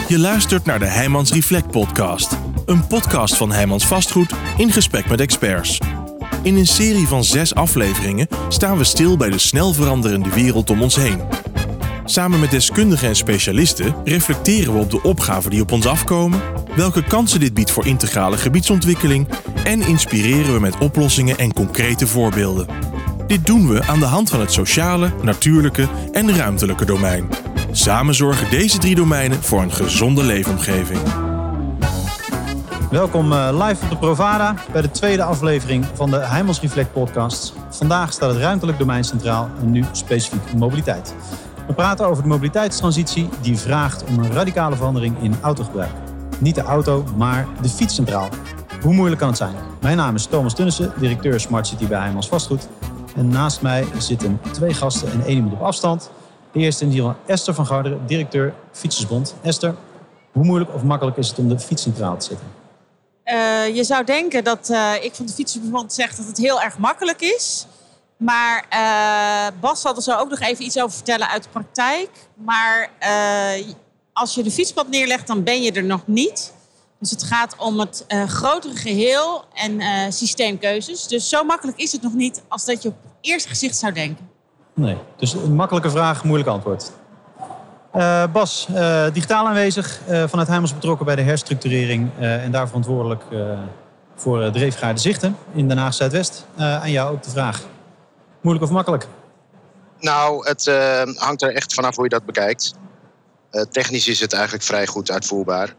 Je luistert naar de Heijmans Reflect podcast. Een podcast van Heijmans Vastgoed in gesprek met experts. In een serie van 6 afleveringen staan we stil bij de snel veranderende wereld om ons heen. Samen met deskundigen en specialisten reflecteren we op de opgaven die op ons afkomen, welke kansen dit biedt voor integrale gebiedsontwikkeling en inspireren we met oplossingen en concrete voorbeelden. Dit doen we aan de hand van het sociale, natuurlijke en ruimtelijke domein. Samen zorgen deze 3 domeinen voor een gezonde leefomgeving. Welkom live op de Provada bij de tweede aflevering van de Heijmans Reflect podcast. Vandaag staat het ruimtelijk domein centraal en nu specifiek mobiliteit. We praten over de mobiliteitstransitie die vraagt om een radicale verandering in autogebruik. Niet de auto, maar de fiets centraal. Hoe moeilijk kan het zijn? Mijn naam is Thomas Tunnissen, directeur Smart City bij Heijmans Vastgoed. En naast mij zitten 2 gasten en 1 iemand op afstand. De eerste is hier Esther van Garderen, directeur Fietsersbond. Esther, hoe moeilijk of makkelijk is het om de fiets centraal te zetten? Je zou denken dat ik van de Fietsersbond zeg dat het heel erg makkelijk is. Maar Bas zal er zo ook nog even iets over vertellen uit de praktijk. Maar als je de fietspad neerlegt, dan ben je er nog niet. Dus het gaat om het grotere geheel en systeemkeuzes. Dus zo makkelijk is het nog niet als dat je op het eerste gezicht zou denken. Nee, dus een makkelijke vraag, moeilijk antwoord. Bas, digitaal aanwezig, vanuit Heijmans betrokken bij de herstructurering en daar verantwoordelijk voor Dreefgaarde Zichten in Den Haag Zuidwest. Aan jou ook de vraag, moeilijk of makkelijk? Nou, het hangt er echt vanaf hoe je dat bekijkt. Technisch is het eigenlijk vrij goed uitvoerbaar.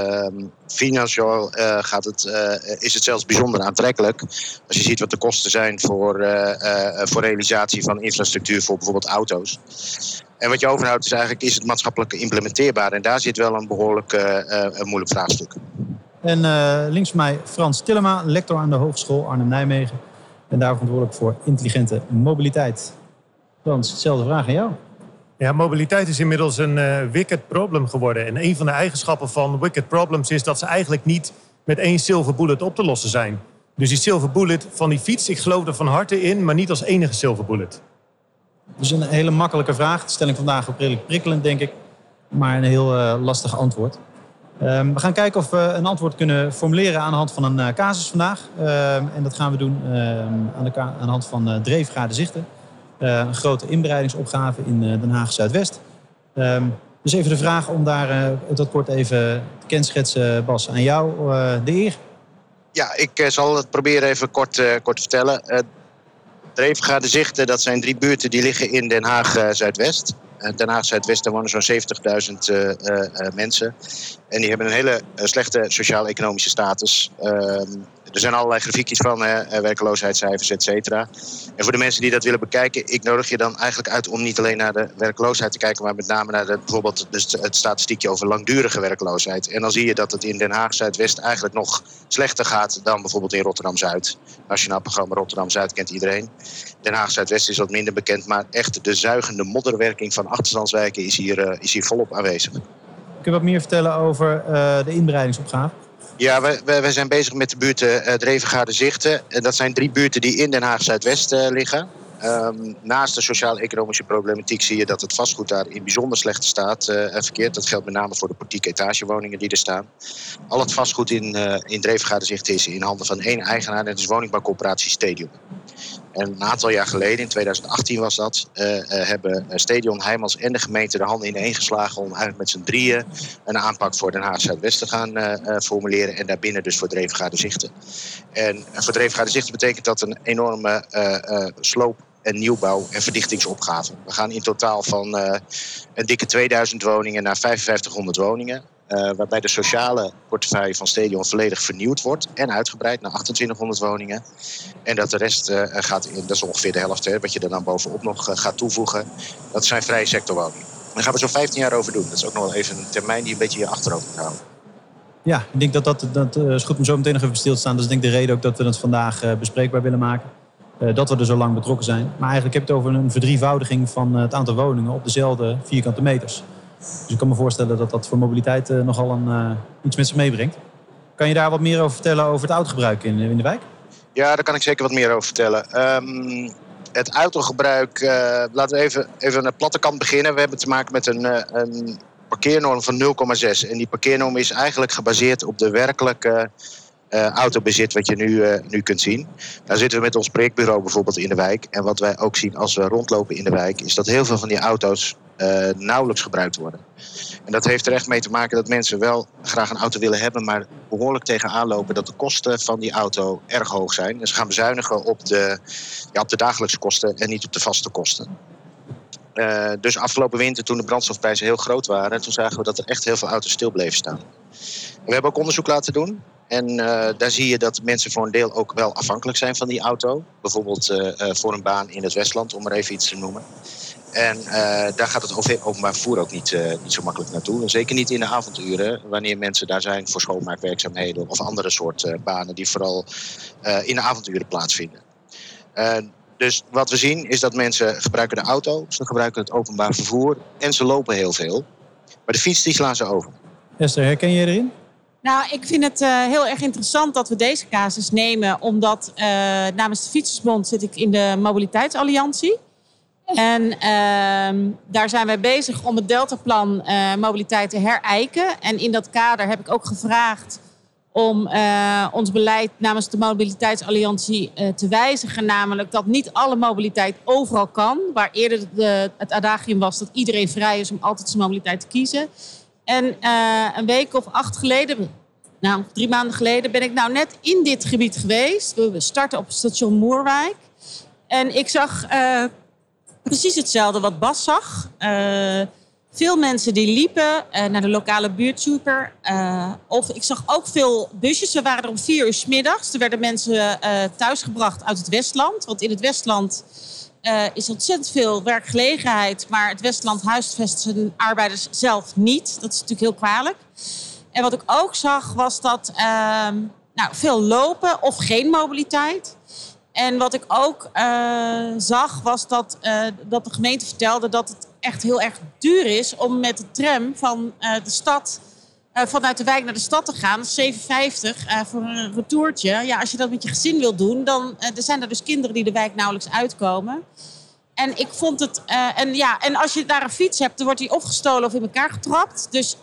Financieel is het zelfs bijzonder aantrekkelijk. Als je ziet wat de kosten zijn voor realisatie van infrastructuur voor bijvoorbeeld auto's. En wat je overhoudt is het maatschappelijk implementeerbaar. En daar zit wel een behoorlijk een moeilijk vraagstuk. En links van mij Frans Tillema, lector aan de Hogeschool Arnhem-Nijmegen. En daar verantwoordelijk voor intelligente mobiliteit. Frans, hetzelfde vraag aan jou. Ja, mobiliteit is inmiddels een wicked problem geworden. En een van de eigenschappen van wicked problems is dat ze eigenlijk niet met 1 silver bullet op te lossen zijn. Dus die silver bullet van die fiets, ik geloof er van harte in, maar niet als enige silver bullet. Dus een hele makkelijke vraag. De stelling vandaag ook redelijk prikkelend, denk ik. Maar een heel lastig antwoord. We gaan kijken of we een antwoord kunnen formuleren aan de hand van een casus vandaag. En dat gaan we doen aan de hand van Dreefgaarde Zichten. Een grote inbreidingsopgave in Den Haag Zuidwest. Dus even de vraag om daar dat kort even te kenschetsen. Bas, aan jou de eer. Ja, ik zal het proberen even kort te vertellen. Dreefgaarde Zichten, dat zijn 3 buurten die liggen in Den Haag Zuidwest. Den Haag Zuidwest, daar wonen zo'n 70.000 mensen. En die hebben een hele slechte sociaal-economische status. Er zijn allerlei grafiekjes van, werkloosheidscijfers, et cetera. En voor de mensen die dat willen bekijken, ik nodig je dan eigenlijk uit om niet alleen naar de werkloosheid te kijken, maar met name naar bijvoorbeeld het statistiekje over langdurige werkloosheid. En dan zie je dat het in Den Haag Zuidwest eigenlijk nog slechter gaat dan bijvoorbeeld in Rotterdam-Zuid. Nationaal programma Rotterdam-Zuid kent iedereen. Den Haag Zuidwest is wat minder bekend, maar echt de zuigende modderwerking van achterstandswijken is hier volop aanwezig. Kun je wat meer vertellen over de inbreidingsopgave? Ja, wij zijn bezig met de buurten Dreefgaarde Zichten. Dat zijn 3 buurten die in Den Haag Zuidwest liggen. Naast de sociaal-economische problematiek zie je dat het vastgoed daar in bijzonder slechte staat verkeert. Dat geldt met name voor de portiek etagewoningen die er staan. Al het vastgoed in Dreefgaarde Zichten is in handen van 1 eigenaar en dat is woningbouwcorporatie Stadion. En een aantal jaar geleden, in 2018 was dat, hebben Stadion, Heijmans en de gemeente de handen ineen geslagen om eigenlijk met z'n 3 een aanpak voor Den Haag Zuidwest te gaan formuleren en daarbinnen dus voor Dreefgaarde Zichten. En voor Dreefgaarde Zichten betekent dat een enorme sloop- en nieuwbouw- en verdichtingsopgave. We gaan in totaal van een dikke 2000 woningen naar 5500 woningen. Waarbij de sociale portefeuille van Stadion volledig vernieuwd wordt en uitgebreid naar 2800 woningen. En dat de rest gaat in, dat is ongeveer de helft, wat je er dan bovenop nog gaat toevoegen. Dat zijn vrije sectorwoningen. Daar gaan we zo'n 15 jaar over doen. Dat is ook nog wel even een termijn die een beetje je achterhoofd moet houden. Ja, ik denk dat is goed om zo meteen nog even stil te staan. Dat is denk ik de reden ook dat we het vandaag bespreekbaar willen maken. Dat we er zo lang betrokken zijn. Maar eigenlijk heb je het over een verdrievoudiging van het aantal woningen op dezelfde vierkante meters. Dus ik kan me voorstellen dat dat voor mobiliteit nogal iets met zich meebrengt. Kan je daar wat meer over vertellen over het autogebruik in de wijk? Ja, daar kan ik zeker wat meer over vertellen. Het autogebruik, laten we even aan de platte kant beginnen. We hebben te maken met een parkeernorm van 0,6. En die parkeernorm is eigenlijk gebaseerd op de werkelijke autobezit wat je nu kunt zien. Daar zitten we met ons projectbureau bijvoorbeeld in de wijk. En wat wij ook zien als we rondlopen in de wijk, is dat heel veel van die auto's nauwelijks gebruikt worden. En dat heeft er echt mee te maken dat mensen wel graag een auto willen hebben, maar behoorlijk tegenaan lopen dat de kosten van die auto erg hoog zijn. En ze gaan bezuinigen op de dagelijkse kosten en niet op de vaste kosten. Dus afgelopen winter, toen de brandstofprijzen heel groot waren, toen zagen we dat er echt heel veel auto's stil bleven staan. We hebben ook onderzoek laten doen. En daar zie je dat mensen voor een deel ook wel afhankelijk zijn van die auto. Bijvoorbeeld voor een baan in het Westland, om maar even iets te noemen. En daar gaat het openbaar vervoer ook niet zo makkelijk naartoe. En zeker niet in de avonduren, wanneer mensen daar zijn voor schoonmaakwerkzaamheden of andere soort banen die vooral in de avonduren plaatsvinden. Dus wat we zien is dat mensen gebruiken de auto, ze gebruiken het openbaar vervoer en ze lopen heel veel. Maar de fiets die slaan ze over. Esther, herken je erin? Nou, ik vind het heel erg interessant dat we deze casus nemen. Omdat namens de Fietsersbond zit ik in de Mobiliteitsalliantie. En daar zijn wij bezig om het Deltaplan mobiliteit te herijken. En in dat kader heb ik ook gevraagd om ons beleid namens de Mobiliteitsalliantie te wijzigen. Namelijk dat niet alle mobiliteit overal kan. Waar eerder het adagium was dat iedereen vrij is om altijd zijn mobiliteit te kiezen. En een week of 8 geleden, 3 maanden geleden, ben ik nou net in dit gebied geweest. We starten op station Moerwijk. En ik zag precies hetzelfde wat Bas zag. Veel mensen die liepen naar de lokale buurtsuper. Of ik zag ook veel busjes. We waren er om 4 uur 's middags. Er werden mensen thuisgebracht uit het Westland. Want in het Westland is ontzettend veel werkgelegenheid. Maar het Westland huisvest zijn arbeiders zelf niet. Dat is natuurlijk heel kwalijk. En wat ik ook zag was dat veel lopen of geen mobiliteit. En wat ik ook zag was dat de gemeente vertelde dat het echt heel erg duur is om met de tram van de stad vanuit de wijk naar de stad te gaan. Dat is €7,50 voor een retourtje. Ja, als je dat met je gezin wilt doen, dan zijn er dus kinderen die de wijk nauwelijks uitkomen. En ik vond het... En als je daar een fiets hebt, dan wordt die opgestolen of in elkaar getrapt. Dus...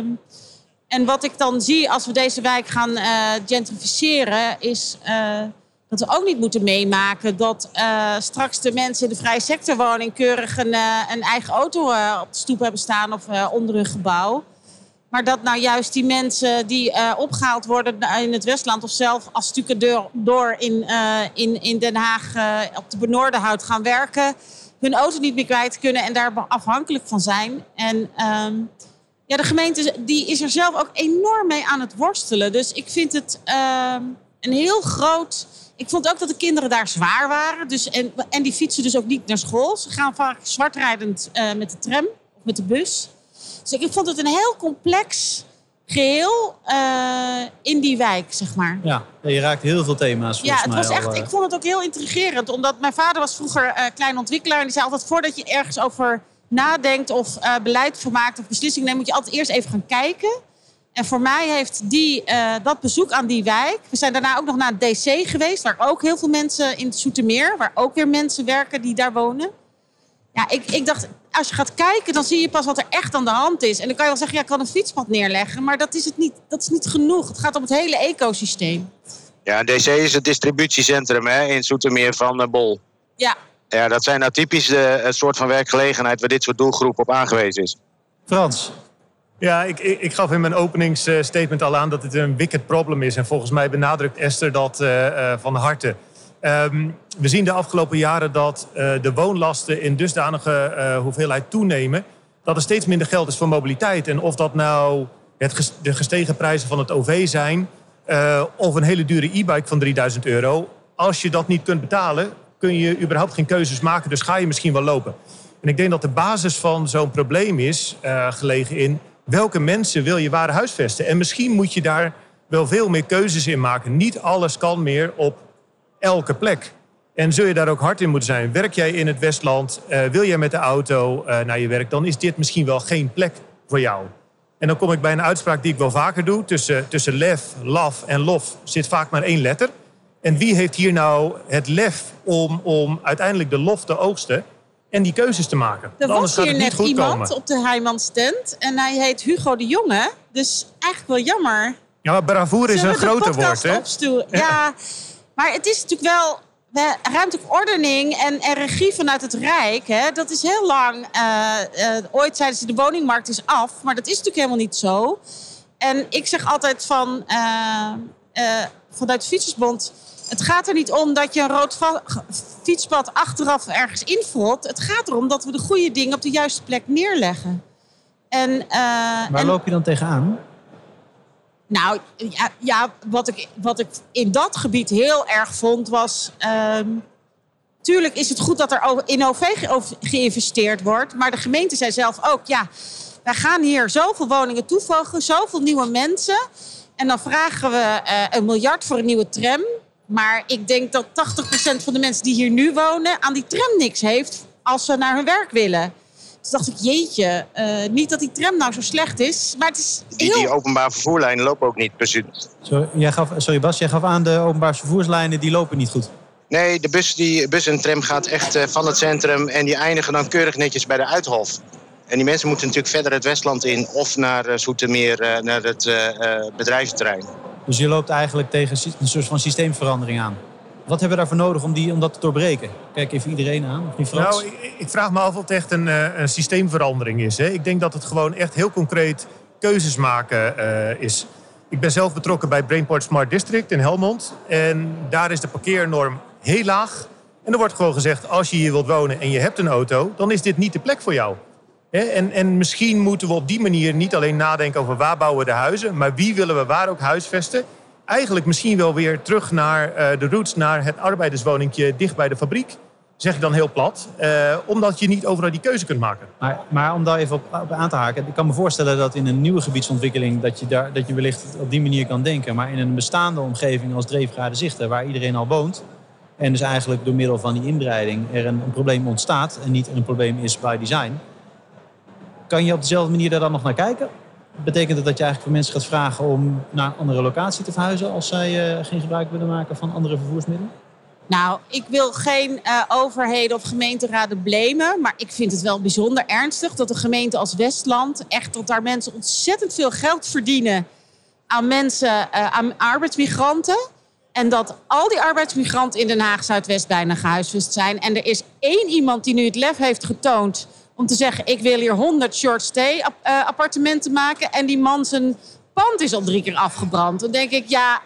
En wat ik dan zie als we deze wijk gaan gentrificeren, is dat we ook niet moeten meemaken dat straks de mensen in de vrije sectorwoning keurig een eigen auto op de stoep hebben staan of onder hun gebouw. Maar dat nou juist die mensen die opgehaald worden in het Westland of zelf als stucadoor in Den Haag op de Benoordenhout gaan werken, hun auto niet meer kwijt kunnen en daar afhankelijk van zijn. En de gemeente die is er zelf ook enorm mee aan het worstelen. Dus ik vind het een heel groot... Ik vond ook dat de kinderen daar zwaar waren. Dus, en die fietsen dus ook niet naar school. Ze gaan vaak zwartrijdend met de tram of met de bus. Dus ik vond het een heel complex geheel in die wijk, zeg maar. Ja, je raakt heel veel thema's volgens mij. Het was echt, ik vond het ook heel intrigerend. Omdat mijn vader was vroeger klein ontwikkelaar. En die zei altijd, voordat je ergens over nadenkt of beleid voor maakt of beslissingen neemt, moet je altijd eerst even gaan kijken. En voor mij heeft dat bezoek aan die wijk... We zijn daarna ook nog naar het DC geweest, waar ook heel veel mensen in het Zoetermeer, waar ook weer mensen werken die daar wonen. Ja, ik dacht, als je gaat kijken, dan zie je pas wat er echt aan de hand is. En dan kan je wel zeggen, ja, ik kan een fietspad neerleggen, maar dat is niet genoeg. Het gaat om het hele ecosysteem. Ja, DC is het distributiecentrum in Zoetermeer van Bol. Ja. Ja, dat zijn nou typisch het soort van werkgelegenheid waar dit soort doelgroep op aangewezen is. Frans? Ja, ik gaf in mijn openingsstatement al aan dat het een wicked problem is. En volgens mij benadrukt Esther dat van harte. We zien de afgelopen jaren dat de woonlasten in dusdanige hoeveelheid toenemen, dat er steeds minder geld is voor mobiliteit. En of dat nou de gestegen prijzen van het OV zijn of een hele dure e-bike van €3000. Als je dat niet kunt betalen, kun je überhaupt geen keuzes maken. Dus ga je misschien wel lopen. En ik denk dat de basis van zo'n probleem is gelegen in welke mensen wil je waar huisvesten. En misschien moet je daar wel veel meer keuzes in maken. Niet alles kan meer op elke plek. En zul je daar ook hard in moeten zijn. Werk jij in het Westland, wil jij met de auto naar je werk, dan is dit misschien wel geen plek voor jou. En dan kom ik bij een uitspraak die ik wel vaker doe. Tussen lef, laf en lof zit vaak maar 1 letter. En wie heeft hier nou het lef om uiteindelijk de lof te oogsten? en die keuzes te maken. Er Anders was gaat hier het niet net goed iemand komen. op de Heijmans tent en hij heet Hugo de Jonge. Dus eigenlijk wel jammer. Ja, maar bravoure is Zullen een we de groter podcast woord, hè? opsturen? Ja, maar het is natuurlijk wel ruimtelijke ordening en regie vanuit het Rijk. Hè, dat is heel lang. Ooit zeiden ze de woningmarkt is af, maar dat is natuurlijk helemaal niet zo. En ik zeg altijd vanuit de Fietsersbond, het gaat er niet om dat je een rood fietspad achteraf ergens invult. Het gaat erom dat we de goede dingen op de juiste plek neerleggen. Waar loop je dan tegenaan? Nou, ja wat ik in dat gebied heel erg vond was... tuurlijk is het goed dat er in OV geïnvesteerd wordt. Maar de gemeente zei zelf ook... ja, wij gaan hier zoveel woningen toevoegen, zoveel nieuwe mensen. En dan vragen we $1 miljard voor een nieuwe tram. Maar ik denk dat 80% van de mensen die hier nu wonen... aan die tram niks heeft als ze naar hun werk willen. Toen dacht ik, jeetje, niet dat die tram nou zo slecht is, maar het is heel... Die openbaar vervoerlijnen lopen ook niet precies. Sorry Bas, jij gaf aan de openbaar vervoerslijnen die lopen niet goed. Nee, de bus en tram gaat echt van het centrum en die eindigen dan keurig netjes bij de Uithof. En die mensen moeten natuurlijk verder het Westland in of naar Zoetermeer, naar het bedrijventerrein. Dus je loopt eigenlijk tegen een soort van systeemverandering aan. Wat hebben we daarvoor nodig om dat te doorbreken? Kijk even iedereen aan, of niet Frans? Nou, ik vraag me af of het echt een systeemverandering is. Hè? Ik denk dat het gewoon echt heel concreet keuzes maken is. Ik ben zelf betrokken bij Brainport Smart District in Helmond. En daar is de parkeernorm heel laag. En er wordt gewoon gezegd, als je hier wilt wonen en je hebt een auto, dan is dit niet de plek voor jou. En misschien moeten we op die manier niet alleen nadenken over waar bouwen we de huizen, maar wie willen we waar ook huisvesten. Eigenlijk misschien wel weer terug naar de roots, naar het arbeiderswoningje dicht bij de fabriek. Zeg ik dan heel plat. Omdat je niet overal die keuze kunt maken. Maar om daar even op aan te haken. Ik kan me voorstellen dat in een nieuwe gebiedsontwikkeling dat je wellicht op die manier kan denken. Maar in een bestaande omgeving als Dreefgaarde-Zichten, waar iedereen al woont. En dus eigenlijk door middel van die inbreiding er een probleem ontstaat. En niet een probleem is by design. Kan je op dezelfde manier daar dan nog naar kijken? Betekent het dat je eigenlijk voor mensen gaat vragen om naar een andere locatie te verhuizen als zij geen gebruik willen maken van andere vervoersmiddelen? Nou, ik wil geen overheden of gemeenteraden blamen, maar ik vind het wel bijzonder ernstig dat een gemeente als Westland, echt dat daar mensen ontzettend veel geld verdienen aan arbeidsmigranten. En dat al die arbeidsmigranten in Den Haag Zuidwest bijna gehuisvest zijn. En er is 1 iemand die nu het lef heeft getoond om te zeggen, ik wil hier 100 short stay appartementen maken. En die man zijn pand is al 3 keer afgebrand. Dan denk ik, ja,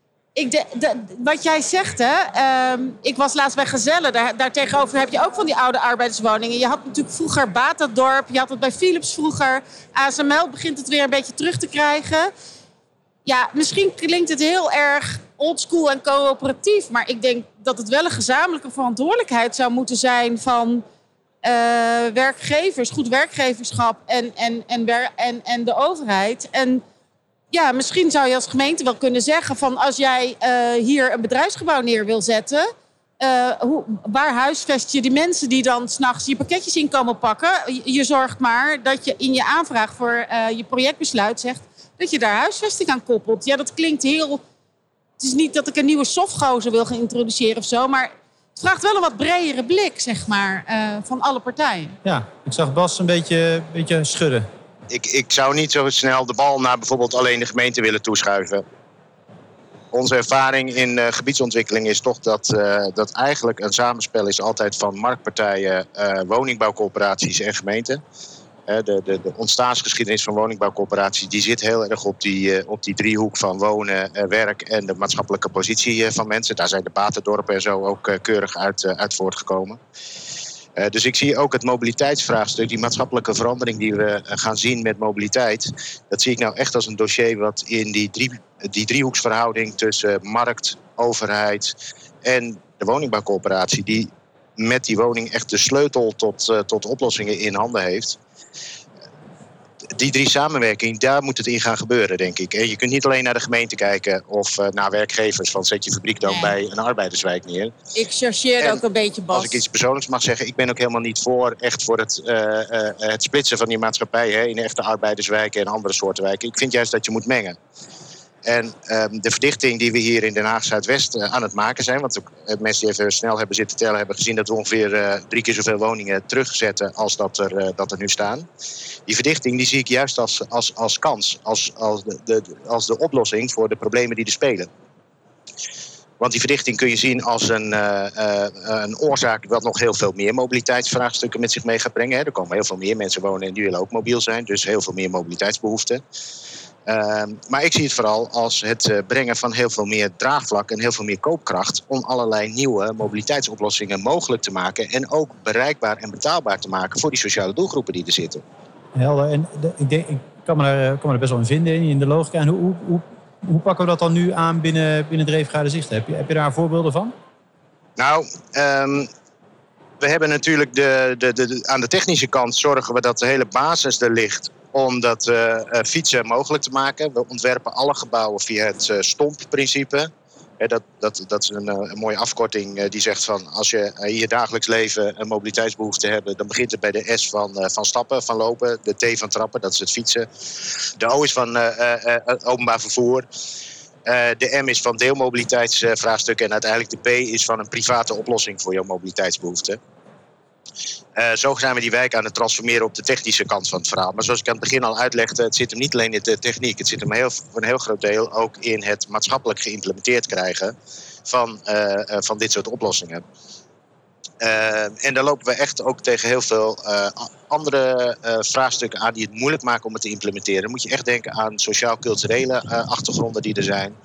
wat jij zegt, hè. Ik was laatst bij Gezellen. Daar tegenover heb je ook van die oude arbeiderswoningen. Je had natuurlijk vroeger Batadorp. Je had het bij Philips vroeger. ASML begint het weer een beetje terug te krijgen. Ja, misschien klinkt het heel erg oldschool en coöperatief. Maar ik denk dat het wel een gezamenlijke verantwoordelijkheid zou moeten zijn van werkgevers, goed werkgeverschap en de overheid. En ja, misschien zou je als gemeente wel kunnen zeggen van als jij hier een bedrijfsgebouw neer wil zetten, waar huisvest je die mensen die dan 's nachts je pakketjes in komen pakken? Je zorgt maar dat je in je aanvraag voor je projectbesluit zegt dat je daar huisvesting aan koppelt. Ja, dat klinkt heel... Het is niet dat ik een nieuwe softgozer wil gaan introduceren of zo, maar het vraagt wel een wat bredere blik, zeg maar, van alle partijen. Ja, ik zag Bas een beetje schudden. Ik zou niet zo snel de bal naar bijvoorbeeld alleen de gemeente willen toeschuiven. Onze ervaring in gebiedsontwikkeling is toch dat eigenlijk een samenspel is altijd van marktpartijen, woningbouwcorporaties en gemeenten. De ontstaansgeschiedenis van woningbouwcorporaties die zit heel erg op die driehoek van wonen, werk en de maatschappelijke positie van mensen. Daar zijn de Batendorpen en zo ook keurig uit voortgekomen. Dus ik zie ook het mobiliteitsvraagstuk, die maatschappelijke verandering die we gaan zien met mobiliteit. Dat zie ik nou echt als een dossier wat in die driehoeksverhouding tussen markt, overheid en de woningbouwcorporatie, die met die woning echt de sleutel tot oplossingen in handen heeft. Die 3 samenwerking, daar moet het in gaan gebeuren, denk ik. En je kunt niet alleen naar de gemeente kijken of naar werkgevers van zet je fabriek dan bij een arbeiderswijk neer. Ik chargeer ook een beetje, Bas. Als ik iets persoonlijks mag zeggen, ik ben ook helemaal niet voor het splitsen van die maatschappij in echte arbeiderswijken en andere soorten wijken. Ik vind juist dat je moet mengen. En de verdichting die we hier in Den Haag Zuidwest aan het maken zijn, want mensen die even snel hebben zitten tellen, hebben gezien dat we ongeveer 3 keer zoveel woningen terugzetten als dat er nu staan. Die verdichting die zie ik juist als kans, als de oplossing voor de problemen die er spelen. Want die verdichting kun je zien als een oorzaak dat nog heel veel meer mobiliteitsvraagstukken met zich mee gaat brengen. Er komen heel veel meer mensen wonen en die willen ook mobiel zijn, dus heel veel meer mobiliteitsbehoeften. Maar ik zie het vooral als het brengen van heel veel meer draagvlak en heel veel meer koopkracht om allerlei nieuwe mobiliteitsoplossingen mogelijk te maken en ook bereikbaar en betaalbaar te maken voor die sociale doelgroepen die er zitten. Helder. En ik kan me er best wel in vinden in de logica. En hoe pakken we dat dan nu aan binnen Dreefgaarde Zichten? Heb je daar voorbeelden van? Nou, we hebben natuurlijk aan de technische kant zorgen we dat de hele basis er ligt om dat fietsen mogelijk te maken. We ontwerpen alle gebouwen via het STOMP-principe. Dat is een mooie afkorting die zegt van als je in je dagelijks leven een mobiliteitsbehoefte hebt, dan begint het bij de S van stappen, van lopen, de T van trappen, dat is het fietsen. De O is van openbaar vervoer. De M is van deelmobiliteitsvraagstukken en uiteindelijk de P is van een private oplossing voor jouw mobiliteitsbehoefte. Zo zijn we die wijk aan het transformeren op de technische kant van het verhaal. Maar zoals ik aan het begin al uitlegde, het zit hem niet alleen in de techniek. Het zit hem voor een heel groot deel ook in het maatschappelijk geïmplementeerd krijgen van dit soort oplossingen. En daar lopen we echt ook tegen heel veel andere vraagstukken aan die het moeilijk maken om het te implementeren. Dan moet je echt denken aan sociaal-culturele achtergronden die er zijn.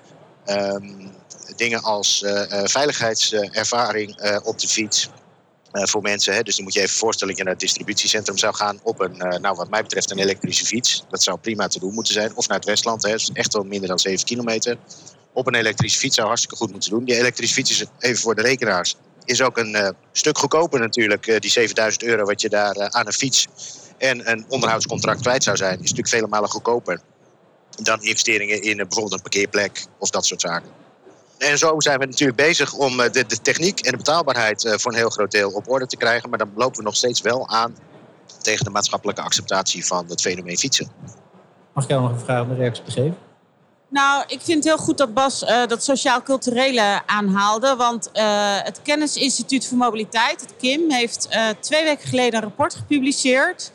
Dingen als veiligheidservaring op de fiets. Voor mensen. Hè. Dus dan moet je even voorstellen dat je naar het distributiecentrum zou gaan op een, wat mij betreft, een elektrische fiets. Dat zou prima te doen moeten zijn. Of naar het Westland, hè. Dus echt wel minder dan 7 kilometer. Op een elektrische fiets zou hartstikke goed moeten doen. Die elektrische fiets is, even voor de rekenaars, is ook een stuk goedkoper natuurlijk. Die €7.000 wat je daar aan een fiets en een onderhoudscontract kwijt zou zijn, is natuurlijk vele malen goedkoper dan investeringen in bijvoorbeeld een parkeerplek of dat soort zaken. En zo zijn we natuurlijk bezig om de techniek en de betaalbaarheid voor een heel groot deel op orde te krijgen. Maar dan lopen we nog steeds wel aan tegen de maatschappelijke acceptatie van het fenomeen fietsen. Mag ik jou nog een vraag om de reactie te geven? Nou, ik vind het heel goed dat Bas dat sociaal-culturele aanhaalde. Want het Kennisinstituut voor Mobiliteit, het KIM, heeft 2 weken geleden een rapport gepubliceerd.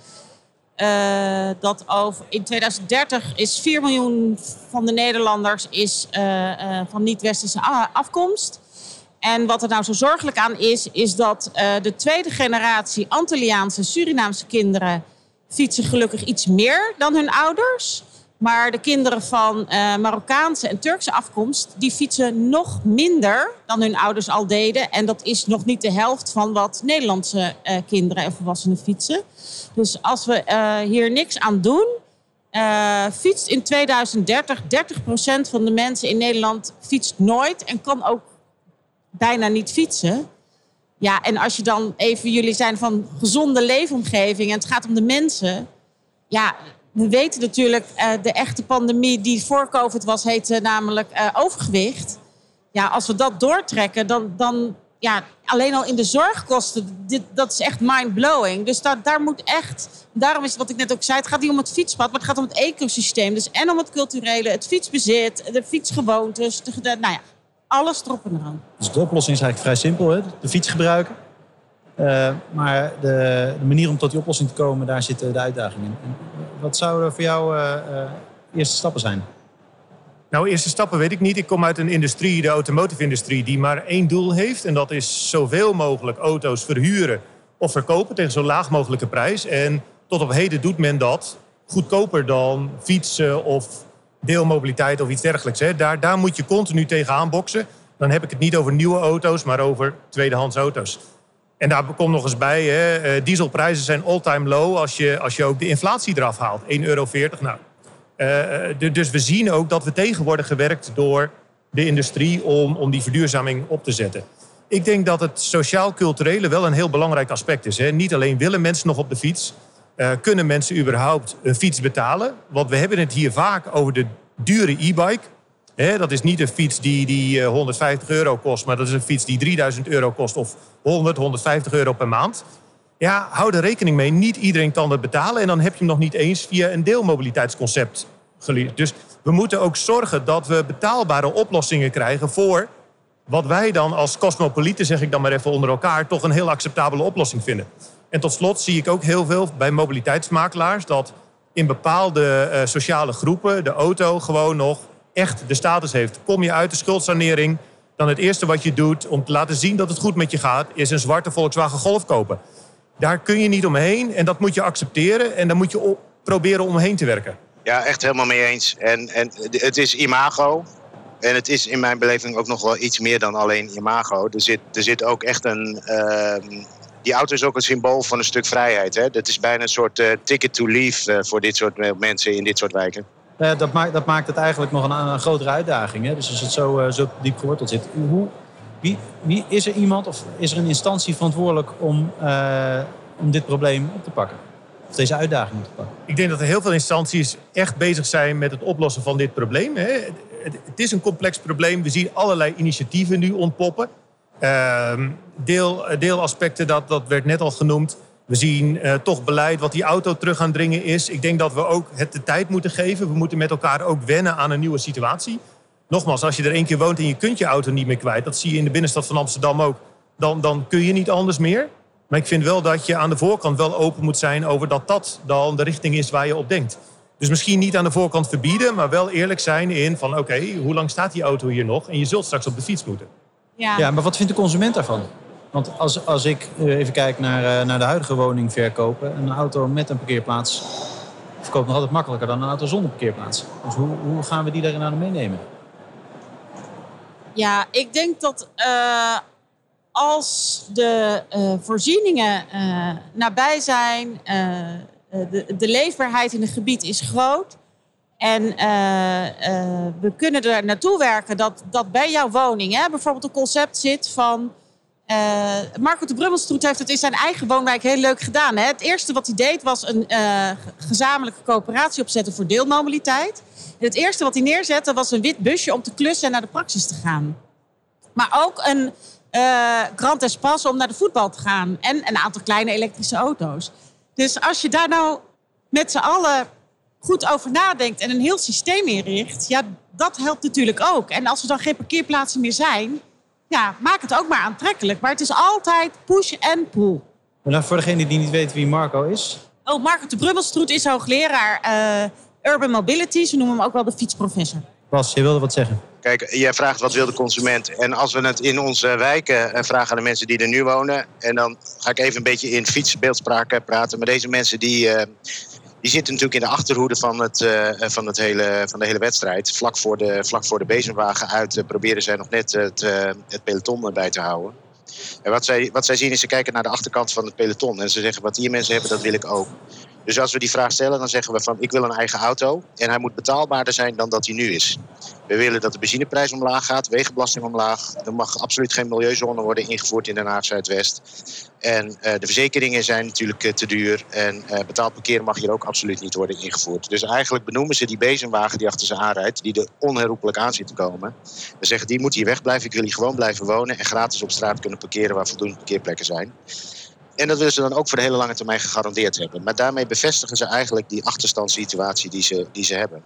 Dat in 2030 is 4 miljoen van de Nederlanders van niet-westerse afkomst. En wat er nou zo zorgelijk aan is dat de tweede generatie Antilliaanse, Surinaamse kinderen fietsen gelukkig iets meer dan hun ouders. Maar de kinderen van Marokkaanse en Turkse afkomst, die fietsen nog minder dan hun ouders al deden. En dat is nog niet de helft van wat Nederlandse kinderen en volwassenen fietsen. Dus als we hier niks aan doen, fietst in 2030 30% van de mensen in Nederland fietst nooit en kan ook bijna niet fietsen. Ja, en als je dan even, jullie zijn van gezonde leefomgeving en het gaat om de mensen. Ja, we weten natuurlijk, de echte pandemie die voor COVID was, heette namelijk overgewicht. Ja, als we dat doortrekken, dan alleen al in de zorgkosten, dat is echt mind-blowing. Dus daar moet echt, daarom is het wat ik net ook zei, het gaat niet om het fietspad, maar het gaat om het ecosysteem. Dus en om het culturele, het fietsbezit, de fietsgewoontes, alles erop en eraan. Dus de oplossing is eigenlijk vrij simpel, hè? De fiets gebruiken. Maar de manier om tot die oplossing te komen, daar zit de uitdaging in. Wat zouden voor jou eerste stappen zijn? Nou, eerste stappen weet ik niet. Ik kom uit een industrie, de automotive-industrie, die maar 1 doel heeft. En dat is zoveel mogelijk auto's verhuren of verkopen tegen zo laag mogelijke prijs. En tot op heden doet men dat goedkoper dan fietsen of deelmobiliteit of iets dergelijks. Hè. Daar moet je continu tegenaan boksen. Dan heb ik het niet over nieuwe auto's, maar over tweedehands auto's. En daar komt nog eens bij, hè, dieselprijzen zijn all-time low als je ook de inflatie eraf haalt. €1,40. Nou, dus we zien ook dat we tegen worden gewerkt door de industrie om die verduurzaming op te zetten. Ik denk dat het sociaal-culturele wel een heel belangrijk aspect is. Hè. Niet alleen willen mensen nog op de fiets, kunnen mensen überhaupt een fiets betalen. Want we hebben het hier vaak over de dure e-bike. Dat is niet een fiets die €150 kost, maar dat is een fiets die €3000 kost of €150 per maand. Ja, hou er rekening mee. Niet iedereen kan dat betalen. En dan heb je hem nog niet eens via een deelmobiliteitsconcept Dus we moeten ook zorgen dat we betaalbare oplossingen krijgen voor wat wij dan als cosmopolieten, zeg ik dan maar even onder elkaar, toch een heel acceptabele oplossing vinden. En tot slot zie ik ook heel veel bij mobiliteitsmakelaars dat in bepaalde sociale groepen de auto gewoon nog echt de status heeft. Kom je uit de schuldsanering, dan het eerste wat je doet om te laten zien dat het goed met je gaat, is een zwarte Volkswagen Golf kopen. Daar kun je niet omheen en dat moet je accepteren en daar moet je proberen omheen te werken. Ja, echt helemaal mee eens. En het is imago. En het is in mijn beleving ook nog wel iets meer dan alleen imago. Er zit ook echt een... die auto is ook een symbool van een stuk vrijheid. Hè? Dat is bijna een soort ticket to leave voor dit soort mensen in dit soort wijken. Dat maakt het eigenlijk nog een grotere uitdaging. Hè? Dus als het zo diep geworteld zit. Wie is er iemand of is er een instantie verantwoordelijk om dit probleem op te pakken? Of deze uitdaging op te pakken? Ik denk dat er heel veel instanties echt bezig zijn met het oplossen van dit probleem. Hè? Het is een complex probleem. We zien allerlei initiatieven nu ontpoppen. Deelaspecten, dat werd net al genoemd. We zien toch beleid wat die auto terug aan dringen is. Ik denk dat we ook het de tijd moeten geven. We moeten met elkaar ook wennen aan een nieuwe situatie. Nogmaals, als je er 1 keer woont en je kunt je auto niet meer kwijt, dat zie je in de binnenstad van Amsterdam ook, dan kun je niet anders meer. Maar ik vind wel dat je aan de voorkant wel open moet zijn over dat dan de richting is waar je op denkt. Dus misschien niet aan de voorkant verbieden, maar wel eerlijk zijn in van oké, hoe lang staat die auto hier nog? En je zult straks op de fiets moeten. Ja, maar wat vindt de consument daarvan? Want als ik even kijk naar de huidige woningverkopen, een auto met een parkeerplaats verkoopt nog altijd makkelijker dan een auto zonder parkeerplaats. Dus hoe gaan we die daarin aan meenemen? Ja, ik denk dat als de voorzieningen nabij zijn, de leefbaarheid in het gebied is groot en we kunnen er naartoe werken dat bij jouw woning bijvoorbeeld een concept zit van... Marco de Brummelstroet heeft het in zijn eigen woonwijk heel leuk gedaan. Hè? Het eerste wat hij deed was een gezamenlijke coöperatie opzetten voor deelmobiliteit. En het eerste wat hij neerzette was een wit busje om te klussen en naar de praxis te gaan. Maar ook een grand espace om naar de voetbal te gaan. En een aantal kleine elektrische auto's. Dus als je daar nou met z'n allen goed over nadenkt en een heel systeem inricht, ja, dat helpt natuurlijk ook. En als er dan geen parkeerplaatsen meer zijn, ja, maak het ook maar aantrekkelijk. Maar het is altijd push en pull. Nou, voor degene die niet weet wie Marco is. Oh, Marco de Brummelstroet is hoogleraar Urban Mobility. Ze noemen hem ook wel de fietsprofessor. Bas, je wilde wat zeggen. Kijk, jij vraagt wat wil de consument. En als we het in onze wijken vragen aan de mensen die er nu wonen, en dan ga ik even een beetje in fietsbeeldspraak praten. Maar deze mensen die zitten natuurlijk in de achterhoede van de hele wedstrijd. Vlak voor de bezemwagen uit proberen zij nog net het peloton bij te houden. En wat zij zien is, ze kijken naar de achterkant van het peloton. En ze zeggen, wat die mensen hebben, dat wil ik ook. Dus als we die vraag stellen, dan zeggen we van, ik wil een eigen auto. En hij moet betaalbaarder zijn dan dat hij nu is. We willen dat de benzineprijs omlaag gaat, wegenbelasting omlaag. Er mag absoluut geen milieuzone worden ingevoerd in Den Haag Zuidwest. En de verzekeringen zijn natuurlijk te duur. En betaald parkeren mag hier ook absoluut niet worden ingevoerd. Dus eigenlijk benoemen ze die bezemwagen die achter ze aanrijdt, die er onherroepelijk aan zit te komen. Dan zeggen die moet hier wegblijven, ik wil hier gewoon blijven wonen en gratis op straat kunnen parkeren waar voldoende parkeerplekken zijn. En dat willen ze dan ook voor de hele lange termijn gegarandeerd hebben. Maar daarmee bevestigen ze eigenlijk die achterstandssituatie die ze hebben.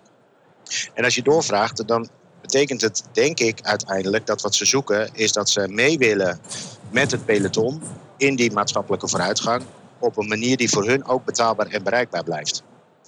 En als je doorvraagt, dan betekent het, denk ik, uiteindelijk dat wat ze zoeken is dat ze mee willen met het peloton in die maatschappelijke vooruitgang op een manier die voor hun ook betaalbaar en bereikbaar blijft.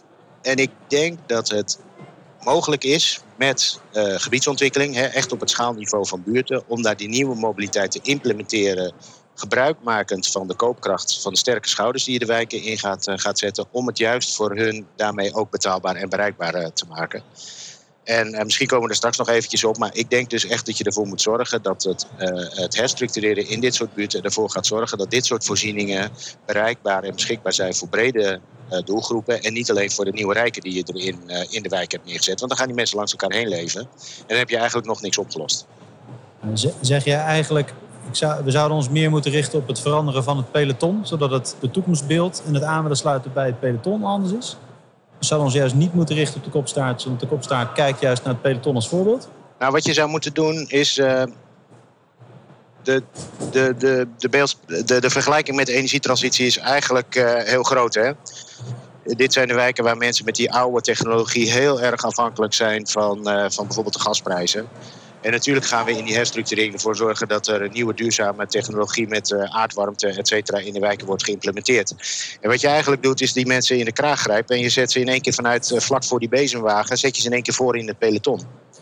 En ik denk dat het mogelijk is met gebiedsontwikkeling, echt op het schaalniveau van buurten, om daar die nieuwe mobiliteit te implementeren, gebruikmakend van de koopkracht van de sterke schouders die je de wijken in gaat zetten, om het juist voor hun daarmee ook betaalbaar en bereikbaar te maken. En misschien komen we er straks nog eventjes op, maar ik denk dus echt dat je ervoor moet zorgen dat het herstructureren in dit soort buurten ervoor gaat zorgen dat dit soort voorzieningen bereikbaar en beschikbaar zijn voor brede doelgroepen en niet alleen voor de nieuwe rijken die je er in de wijk hebt neergezet. Want dan gaan die mensen langs elkaar heen leven en dan heb je eigenlijk nog niks opgelost. Zeg jij eigenlijk, we zouden ons meer moeten richten op het veranderen van het peloton, zodat het de toekomstbeeld en het aan willen sluiten bij het peloton anders is? We zouden ons juist niet moeten richten op de kopstaart, want de kopstaart kijkt juist naar het peloton als voorbeeld? Nou, wat je zou moeten doen is de vergelijking met de energietransitie is eigenlijk heel groot, hè? Dit zijn de wijken waar mensen met die oude technologie heel erg afhankelijk zijn van bijvoorbeeld de gasprijzen. En natuurlijk gaan we in die herstructurering ervoor zorgen dat er een nieuwe duurzame technologie met aardwarmte, et cetera, in de wijken wordt geïmplementeerd. En wat je eigenlijk doet, is die mensen in de kraag grijpen en je zet ze in één keer vanuit vlak voor die bezemwagen, zet je ze in één keer voor in het peloton.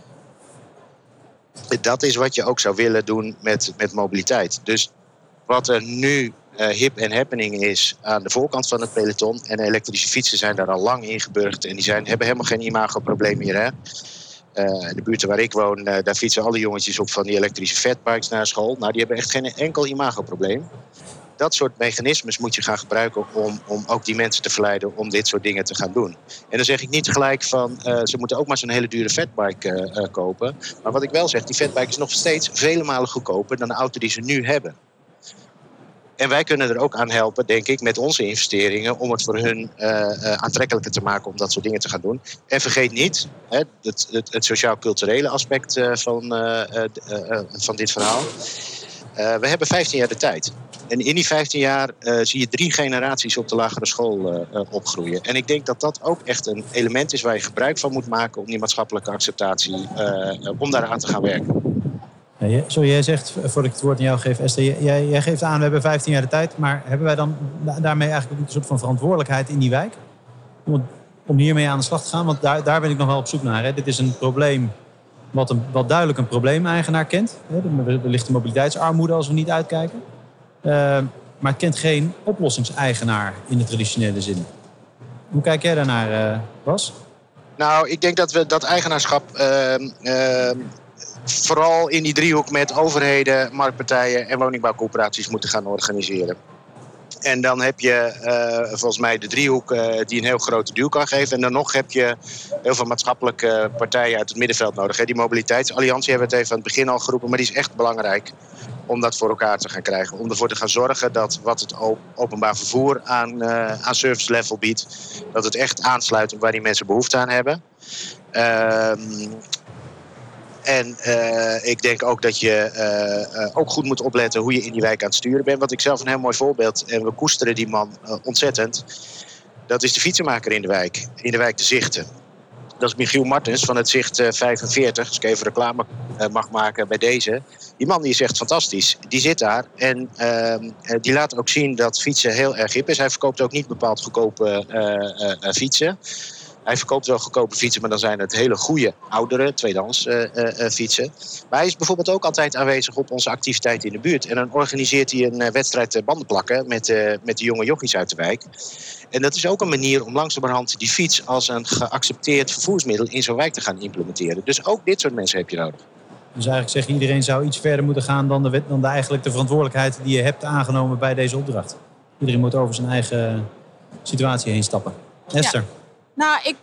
Dat is wat je ook zou willen doen met mobiliteit. Dus wat er nu hip en happening is aan de voorkant van het peloton, en elektrische fietsen zijn daar al lang ingeburgerd en die hebben helemaal geen imagoprobleem meer. Hè? De buurten waar ik woon, daar fietsen alle jongetjes op van die elektrische fatbikes naar school. Nou, die hebben echt geen enkel imagoprobleem. Dat soort mechanismes moet je gaan gebruiken om ook die mensen te verleiden om dit soort dingen te gaan doen. En dan zeg ik niet gelijk van, ze moeten ook maar zo'n hele dure fatbike kopen. Maar wat ik wel zeg, die fatbike is nog steeds vele malen goedkoper dan de auto die ze nu hebben. En wij kunnen er ook aan helpen, denk ik, met onze investeringen, om het voor hun aantrekkelijker te maken om dat soort dingen te gaan doen. En vergeet niet het sociaal-culturele aspect van dit verhaal. We hebben 15 jaar de tijd. En in die 15 jaar zie je 3 generaties op de lagere school opgroeien. En ik denk dat dat ook echt een element is waar je gebruik van moet maken om die maatschappelijke acceptatie, om daaraan te gaan werken. Sorry, jij zegt, voordat ik het woord aan jou geef, Esther, jij geeft aan, we hebben 15 jaar de tijd, maar hebben wij dan daarmee eigenlijk ook een soort van verantwoordelijkheid in die wijk? Om hiermee aan de slag te gaan? Want daar ben ik nog wel op zoek naar. Hè. Dit is een probleem wat duidelijk een probleemeigenaar kent. Er ligt de mobiliteitsarmoede als we niet uitkijken. Maar het kent geen oplossingseigenaar in de traditionele zin. Hoe kijk jij daarnaar, Bas? Nou, ik denk dat we dat eigenaarschap vooral in die driehoek met overheden, marktpartijen en woningbouwcoöperaties moeten gaan organiseren. En dan heb je volgens mij de driehoek die een heel grote duw kan geven. En dan nog heb je heel veel maatschappelijke partijen uit het middenveld nodig. Hè. Die mobiliteitsalliantie hebben we het even aan het begin al geroepen. Maar die is echt belangrijk om dat voor elkaar te gaan krijgen. Om ervoor te gaan zorgen dat wat het openbaar vervoer aan service level biedt, dat het echt aansluit op waar die mensen behoefte aan hebben. En ik denk ook dat je ook goed moet opletten hoe je in die wijk aan het sturen bent. Wat ik zelf een heel mooi voorbeeld, en we koesteren die man ontzettend. Dat is de fietsenmaker in de wijk De Zichten. Dat is Michiel Martens van het Zicht 45. Als ik even reclame mag maken bij deze. Die man die is echt fantastisch. Die zit daar en die laat ook zien dat fietsen heel erg hip is. Hij verkoopt ook niet bepaald goedkope fietsen. Hij verkoopt wel goedkope fietsen, maar dan zijn het hele goede, oudere, tweedehands fietsen. Maar hij is bijvoorbeeld ook altijd aanwezig op onze activiteiten in de buurt. En dan organiseert hij een wedstrijd banden plakken met de jonge jochies uit de wijk. En dat is ook een manier om langzamerhand die fiets als een geaccepteerd vervoersmiddel in zo'n wijk te gaan implementeren. Dus ook dit soort mensen heb je nodig. Dus eigenlijk zeg je, iedereen zou iets verder moeten gaan dan eigenlijk de verantwoordelijkheid die je hebt aangenomen bij deze opdracht. Iedereen moet over zijn eigen situatie heen stappen. Esther? Ja. Nou,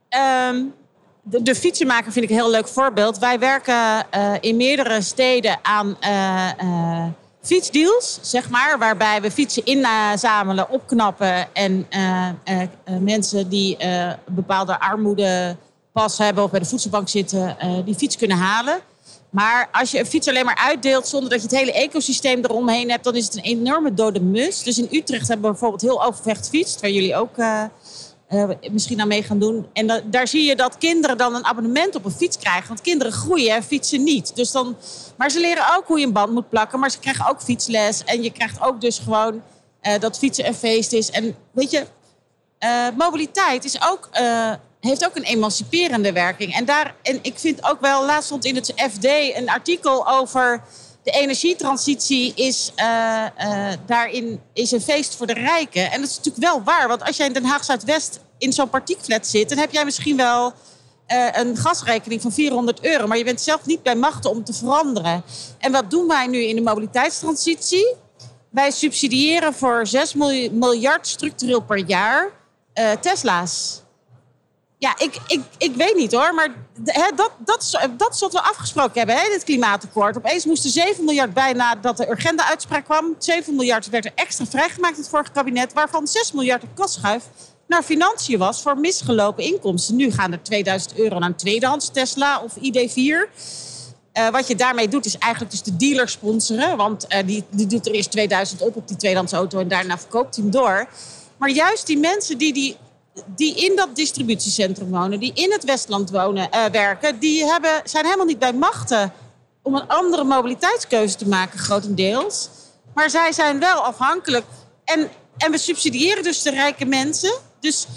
de fietsenmaker vind ik een heel leuk voorbeeld. Wij werken in meerdere steden aan fietsdeals, zeg maar. Waarbij we fietsen inzamelen, opknappen en mensen die een bepaalde armoedepas hebben of bij de voedselbank zitten, die fiets kunnen halen. Maar als je een fiets alleen maar uitdeelt zonder dat je het hele ecosysteem eromheen hebt, dan is het een enorme dode mus. Dus in Utrecht hebben we bijvoorbeeld heel Overvecht fietst, waar jullie ook misschien aan mee gaan doen. En daar zie je dat kinderen dan een abonnement op een fiets krijgen. Want kinderen groeien en fietsen niet. Dus maar ze leren ook hoe je een band moet plakken. Maar ze krijgen ook fietsles. En je krijgt ook dus gewoon dat fietsen een feest is. En weet je, mobiliteit is ook, heeft ook een emanciperende werking. En ik vind ook wel, laatst stond in het FD een artikel over de energietransitie daarin is een feest voor de rijken. En dat is natuurlijk wel waar. Want als jij in Den Haag Zuidwest in zo'n partiekflat zit, dan heb jij misschien wel een gasrekening van €400. Maar je bent zelf niet bij machten om te veranderen. En wat doen wij nu in de mobiliteitstransitie? Wij subsidiëren voor 6 miljard structureel per jaar Tesla's. Ja, ik weet niet hoor, maar dat is wat we afgesproken hebben in het klimaatakkoord. Opeens moesten 7 miljard bijna dat de Urgenda-uitspraak kwam. 7 miljard werd er extra vrijgemaakt in het vorige kabinet, waarvan 6 miljard een kasschuif naar financiën was voor misgelopen inkomsten. Nu gaan er €2000 naar een tweedehands Tesla of ID4. Wat je daarmee doet is eigenlijk dus de dealer sponsoren, want die doet er eerst 2000 op die tweedehands auto en daarna verkoopt hij hem door. Maar juist die mensen die die in dat distributiecentrum wonen, die in het Westland werken, zijn helemaal niet bij machten om een andere mobiliteitskeuze te maken, grotendeels. Maar zij zijn wel afhankelijk. En we subsidiëren dus de rijke mensen. Dus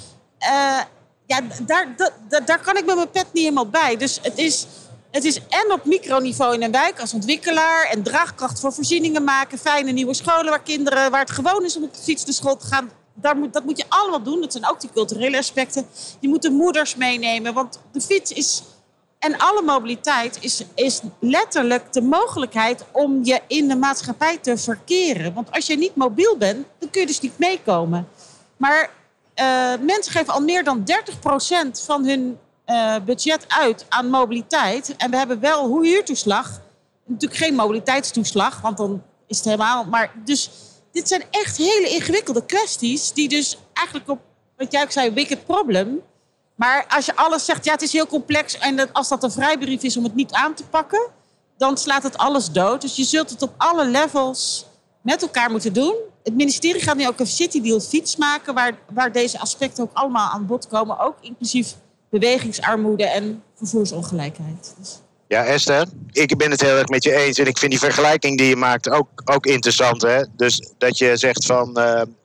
daar kan ik met mijn pet niet helemaal bij. Dus het is en op microniveau in een wijk als ontwikkelaar en draagkracht voor voorzieningen maken, fijne nieuwe scholen waar het gewoon is om op de fiets naar school te gaan. Dat moet je allemaal doen. Dat zijn ook die culturele aspecten. Je moet de moeders meenemen. Want de fiets is... En alle mobiliteit is letterlijk de mogelijkheid om je in de maatschappij te verkeren. Want als je niet mobiel bent, dan kun je dus niet meekomen. Maar mensen geven al meer dan 30% van hun budget uit aan mobiliteit. En we hebben wel huurtoeslag. Natuurlijk geen mobiliteitstoeslag, want dan is het helemaal... Maar dus... Dit zijn echt hele ingewikkelde kwesties die dus eigenlijk op, wat jij ook zei, wicked problem. Maar als je alles zegt, ja, het is heel complex en als dat een vrijbrief is om het niet aan te pakken, dan slaat het alles dood. Dus je zult het op alle levels met elkaar moeten doen. Het ministerie gaat nu ook een City Deal fiets maken, waar deze aspecten ook allemaal aan bod komen. Ook inclusief bewegingsarmoede en vervoersongelijkheid. Dus... Ja, Esther, ik ben het heel erg met je eens. En ik vind die vergelijking die je maakt ook interessant. Hè? Dus dat je zegt van...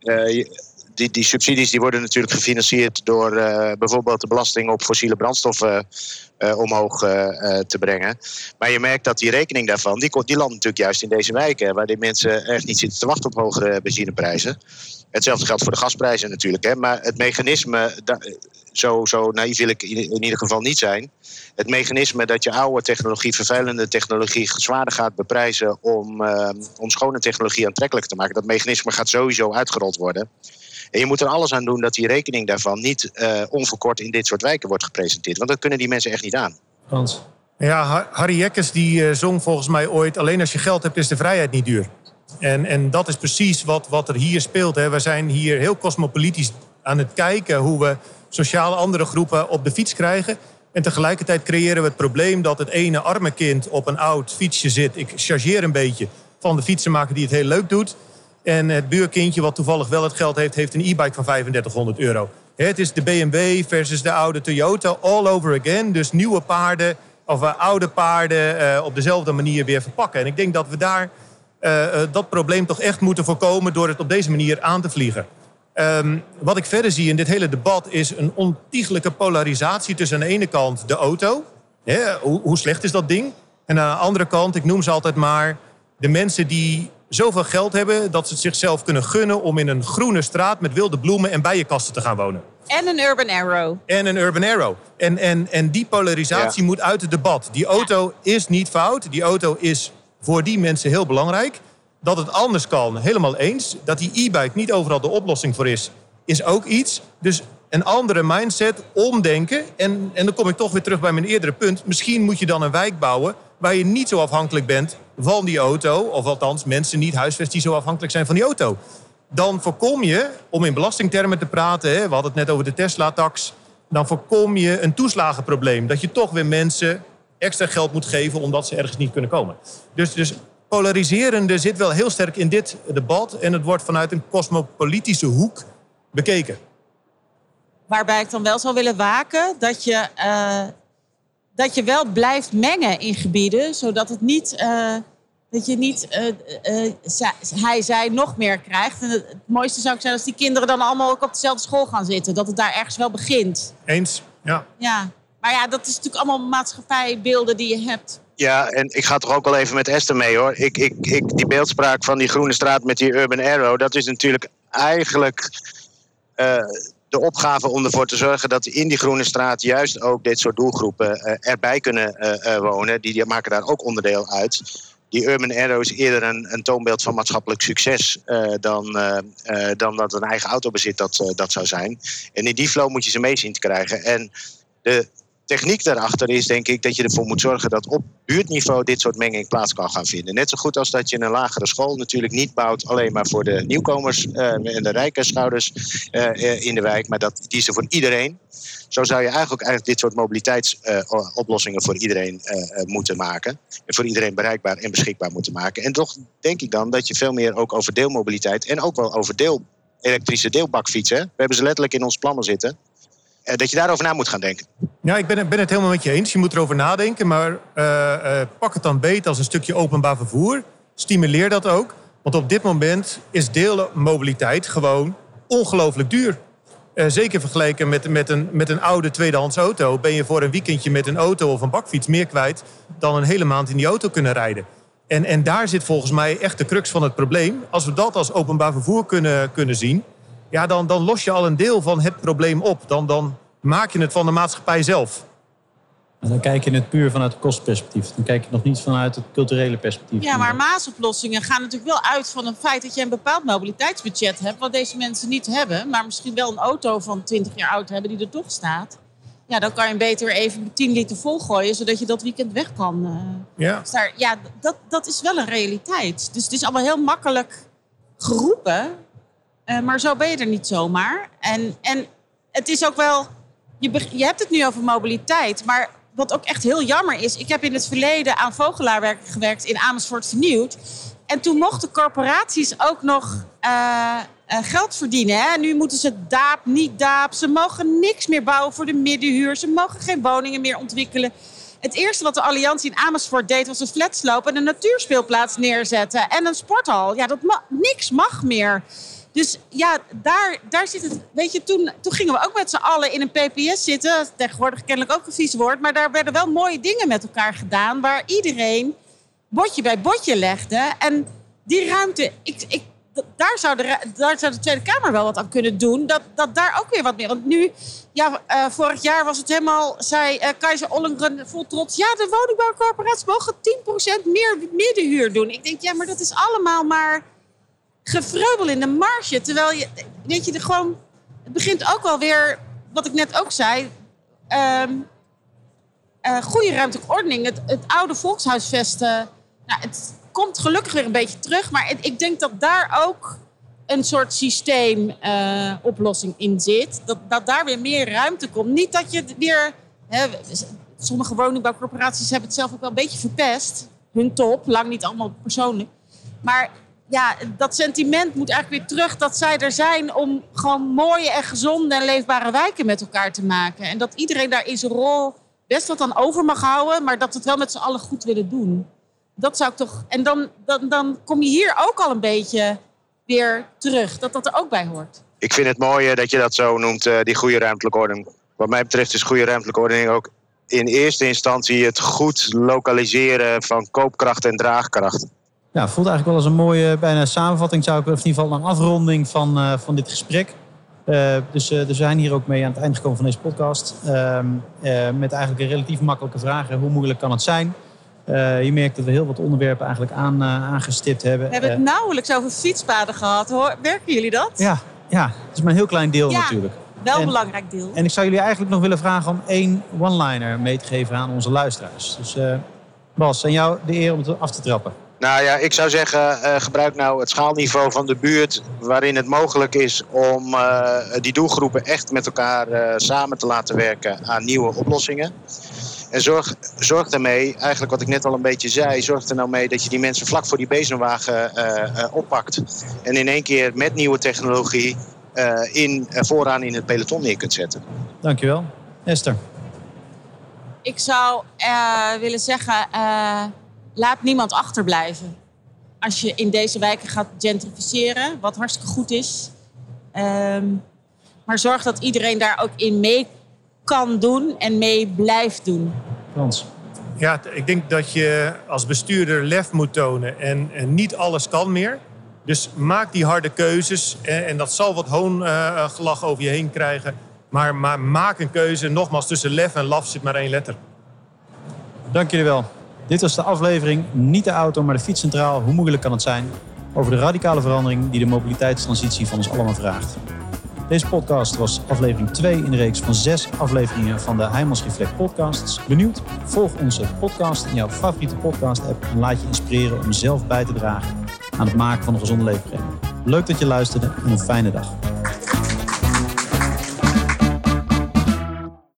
Die subsidies die worden natuurlijk gefinancierd door bijvoorbeeld de belasting op fossiele brandstoffen omhoog te brengen. Maar je merkt dat die rekening daarvan, die landt natuurlijk juist in deze wijken, waar die mensen echt niet zitten te wachten op hogere benzineprijzen. Hetzelfde geldt voor de gasprijzen natuurlijk. Hè? Maar het mechanisme, zo naïef wil ik in ieder geval niet zijn. Het mechanisme dat je oude technologie, vervuilende technologie zwaarder gaat beprijzen om schone technologie aantrekkelijk te maken. Dat mechanisme gaat sowieso uitgerold worden. En je moet er alles aan doen dat die rekening daarvan niet onverkort in dit soort wijken wordt gepresenteerd. Want dat kunnen die mensen echt niet aan. Frans? Ja, Harry Jekkers die zong volgens mij ooit... alleen als je geld hebt is de vrijheid niet duur. En dat is precies wat er hier speelt. Hè. We zijn hier heel cosmopolitisch aan het kijken hoe we sociaal andere groepen op de fiets krijgen. En tegelijkertijd creëren we het probleem dat het ene arme kind op een oud fietsje zit. Ik chargeer een beetje van de fietsenmaker die het heel leuk doet. En het buurkindje wat toevallig wel het geld heeft een e-bike van €3500. Het is de BMW versus de oude Toyota all over again. Dus nieuwe paarden of oude paarden op dezelfde manier weer verpakken. En ik denk dat we daar dat probleem toch echt moeten voorkomen door het op deze manier aan te vliegen. Wat ik verder zie in dit hele debat is een ontiegelijke polarisatie tussen aan de ene kant de auto. Hoe slecht is dat ding? En aan de andere kant, ik noem ze altijd maar, de mensen die zoveel geld hebben dat ze het zichzelf kunnen gunnen om in een groene straat met wilde bloemen en bijenkasten te gaan wonen. En een Urban Arrow. En een Urban Arrow. En die polarisatie moet uit het debat. Die auto is niet fout. Die auto is voor die mensen heel belangrijk. Dat het anders kan, helemaal eens. Dat die e-bike niet overal de oplossing voor is ook iets. Dus een andere mindset, omdenken. En dan kom ik toch weer terug bij mijn eerdere punt. Misschien moet je dan een wijk bouwen waar je niet zo afhankelijk bent van die auto. Of althans mensen niet huisvest die zo afhankelijk zijn van die auto. Dan voorkom je, om in belastingtermen te praten, we hadden het net over de Tesla-tax, dan voorkom je een toeslagenprobleem. Dat je toch weer mensen extra geld moet geven omdat ze ergens niet kunnen komen. Dus polariserende zit wel heel sterk in dit debat en het wordt vanuit een cosmopolitische hoek bekeken. Waarbij ik dan wel zou willen waken dat je wel blijft mengen in gebieden, zodat het niet... dat je niet zij nog meer krijgt. En het mooiste zou ik zijn als die kinderen dan allemaal ook op dezelfde school gaan zitten. Dat het daar ergens wel begint. Eens, ja. Ja, maar ja, dat is natuurlijk allemaal maatschappijbeelden die je hebt. Ja, en ik ga toch ook wel even met Esther mee, hoor. Die beeldspraak van die groene straat met die Urban Arrow, dat is natuurlijk eigenlijk de opgave om ervoor te zorgen dat in die groene straat juist ook dit soort doelgroepen erbij kunnen wonen. Die maken daar ook onderdeel uit. Die Urban Arrow is eerder een toonbeeld van maatschappelijk succes dan dat een eigen autobezit dat zou zijn. En in die flow moet je ze mee zien te krijgen. En de techniek daarachter is, denk ik, dat je ervoor moet zorgen dat op buurtniveau dit soort menging plaats kan gaan vinden. Net zo goed als dat je een lagere school natuurlijk niet bouwt alleen maar voor de nieuwkomers en de rijke schouders in de wijk, maar die is er voor iedereen. Zo zou je eigenlijk dit soort mobiliteitsoplossingen voor iedereen moeten maken. En voor iedereen bereikbaar en beschikbaar moeten maken. En toch denk ik dan dat je veel meer ook over deelmobiliteit en ook wel over elektrische deelbakfietsen. We hebben ze letterlijk in ons plannen zitten. Dat je daarover na moet gaan denken. Ja, ik ben het helemaal met je eens. Je moet erover nadenken, maar pak het dan beet als een stukje openbaar vervoer. Stimuleer dat ook. Want op dit moment is deelmobiliteit gewoon ongelooflijk duur. Zeker vergeleken met een oude tweedehands auto ben je voor een weekendje met een auto of een bakfiets meer kwijt dan een hele maand in die auto kunnen rijden. En daar zit volgens mij echt de crux van het probleem. Als we dat als openbaar vervoer kunnen zien, ja, dan los je al een deel van het probleem op. Dan maak je het van de maatschappij zelf. En dan kijk je het puur vanuit het kostenperspectief. Dan kijk je nog niet vanuit het culturele perspectief. Ja, maar Maasoplossingen gaan natuurlijk wel uit van het feit dat je een bepaald mobiliteitsbudget hebt, wat deze mensen niet hebben, maar misschien wel een auto van 20 jaar oud hebben die er toch staat. Ja, dan kan je hem beter even 10 liter volgooien, zodat je dat weekend weg kan. Ja, dat is wel een realiteit. Dus het is allemaal heel makkelijk geroepen, maar zo ben je er niet zomaar. En het is ook wel, je hebt het nu over mobiliteit, maar wat ook echt heel jammer is, ik heb in het verleden aan Vogelaarwerken gewerkt in Amersfoort Vernieuwd. En toen mochten corporaties ook nog geld verdienen. Hè? Nu moeten ze daap, niet daap. Ze mogen niks meer bouwen voor de middenhuur. Ze mogen geen woningen meer ontwikkelen. Het eerste wat de Alliantie in Amersfoort deed, was een flatsloop en een natuurspeelplaats neerzetten. En een sporthal. Ja, niks mag meer. Dus ja, daar zit het. Weet je, toen gingen we ook met z'n allen in een PPS zitten. Tegenwoordig kennelijk ook een vies woord. Maar daar werden wel mooie dingen met elkaar gedaan. Waar iedereen botje bij botje legde. En die ruimte, daar zou de Tweede Kamer wel wat aan kunnen doen. Dat daar ook weer wat meer. Want nu, vorig jaar was het helemaal, zei Keizer Ollengren vol trots. Ja, de woningbouwcorporaties mogen 10% meer middenhuur doen. Ik denk, ja, maar dat is allemaal maar gevreubel in de marge. Terwijl je, weet je, het begint ook wel weer, wat ik net ook zei, goede ruimtelijke ordening. Het oude volkshuisvesten, het komt gelukkig weer een beetje terug. Maar ik denk dat daar ook een soort systeemoplossing in zit. Dat daar weer meer ruimte komt. Niet dat je weer, sommige woningbouwcorporaties hebben het zelf ook wel een beetje verpest. Hun top, lang niet allemaal persoonlijk. Maar ja, dat sentiment moet eigenlijk weer terug, dat zij er zijn om gewoon mooie en gezonde en leefbare wijken met elkaar te maken. En dat iedereen daar in zijn rol best wat aan over mag houden, maar dat we het wel met z'n allen goed willen doen. Dat zou ik toch. En dan kom je hier ook al een beetje weer terug, dat er ook bij hoort. Ik vind het mooi dat je dat zo noemt, die goede ruimtelijke ordening. Wat mij betreft is goede ruimtelijke ordening ook in eerste instantie het goed lokaliseren van koopkracht en draagkracht. Ja, het voelt eigenlijk wel als een mooie bijna samenvatting, zou ik, of in ieder geval een afronding van dit gesprek. Dus we zijn hier ook mee aan het eind gekomen van deze podcast. Met eigenlijk een relatief makkelijke vragen. Hoe moeilijk kan het zijn? Je merkt dat we heel wat onderwerpen eigenlijk aangestipt hebben. We hebben het nauwelijks over fietspaden gehad. Werken jullie dat? Ja, het is maar een heel klein deel natuurlijk. Wel een belangrijk deel. En ik zou jullie eigenlijk nog willen vragen om 1 one-liner mee te geven aan onze luisteraars. Dus Bas, aan jou de eer om het af te trappen. Nou ja, ik zou zeggen, gebruik nou het schaalniveau van de buurt waarin het mogelijk is om die doelgroepen echt met elkaar samen te laten werken aan nieuwe oplossingen. En zorg daarmee, eigenlijk wat ik net al een beetje zei, zorg er nou mee dat je die mensen vlak voor die bezemwagen oppakt. En in één keer met nieuwe technologie vooraan in het peloton neer kunt zetten. Dankjewel. Esther? Ik zou willen zeggen, laat niemand achterblijven. Als je in deze wijken gaat gentrificeren, wat hartstikke goed is. Maar zorg dat iedereen daar ook in mee kan doen en mee blijft doen. Frans? Ja, ik denk dat je als bestuurder lef moet tonen en niet alles kan meer. Dus maak die harde keuzes en dat zal wat hoongelach over je heen krijgen. Maar maak een keuze. Nogmaals, tussen lef en laf zit maar 1 letter. Dank jullie wel. Dit was de aflevering Niet de auto, maar de fiets centraal. Hoe moeilijk kan het zijn? Over de radicale verandering die de mobiliteitstransitie van ons allemaal vraagt. Deze podcast was aflevering 2 in de reeks van 6 afleveringen van de Heijmans Reflect podcasts. Benieuwd? Volg onze podcast in jouw favoriete podcast app en laat je inspireren om zelf bij te dragen aan het maken van een gezonde leefomgeving. Leuk dat je luisterde en een fijne dag.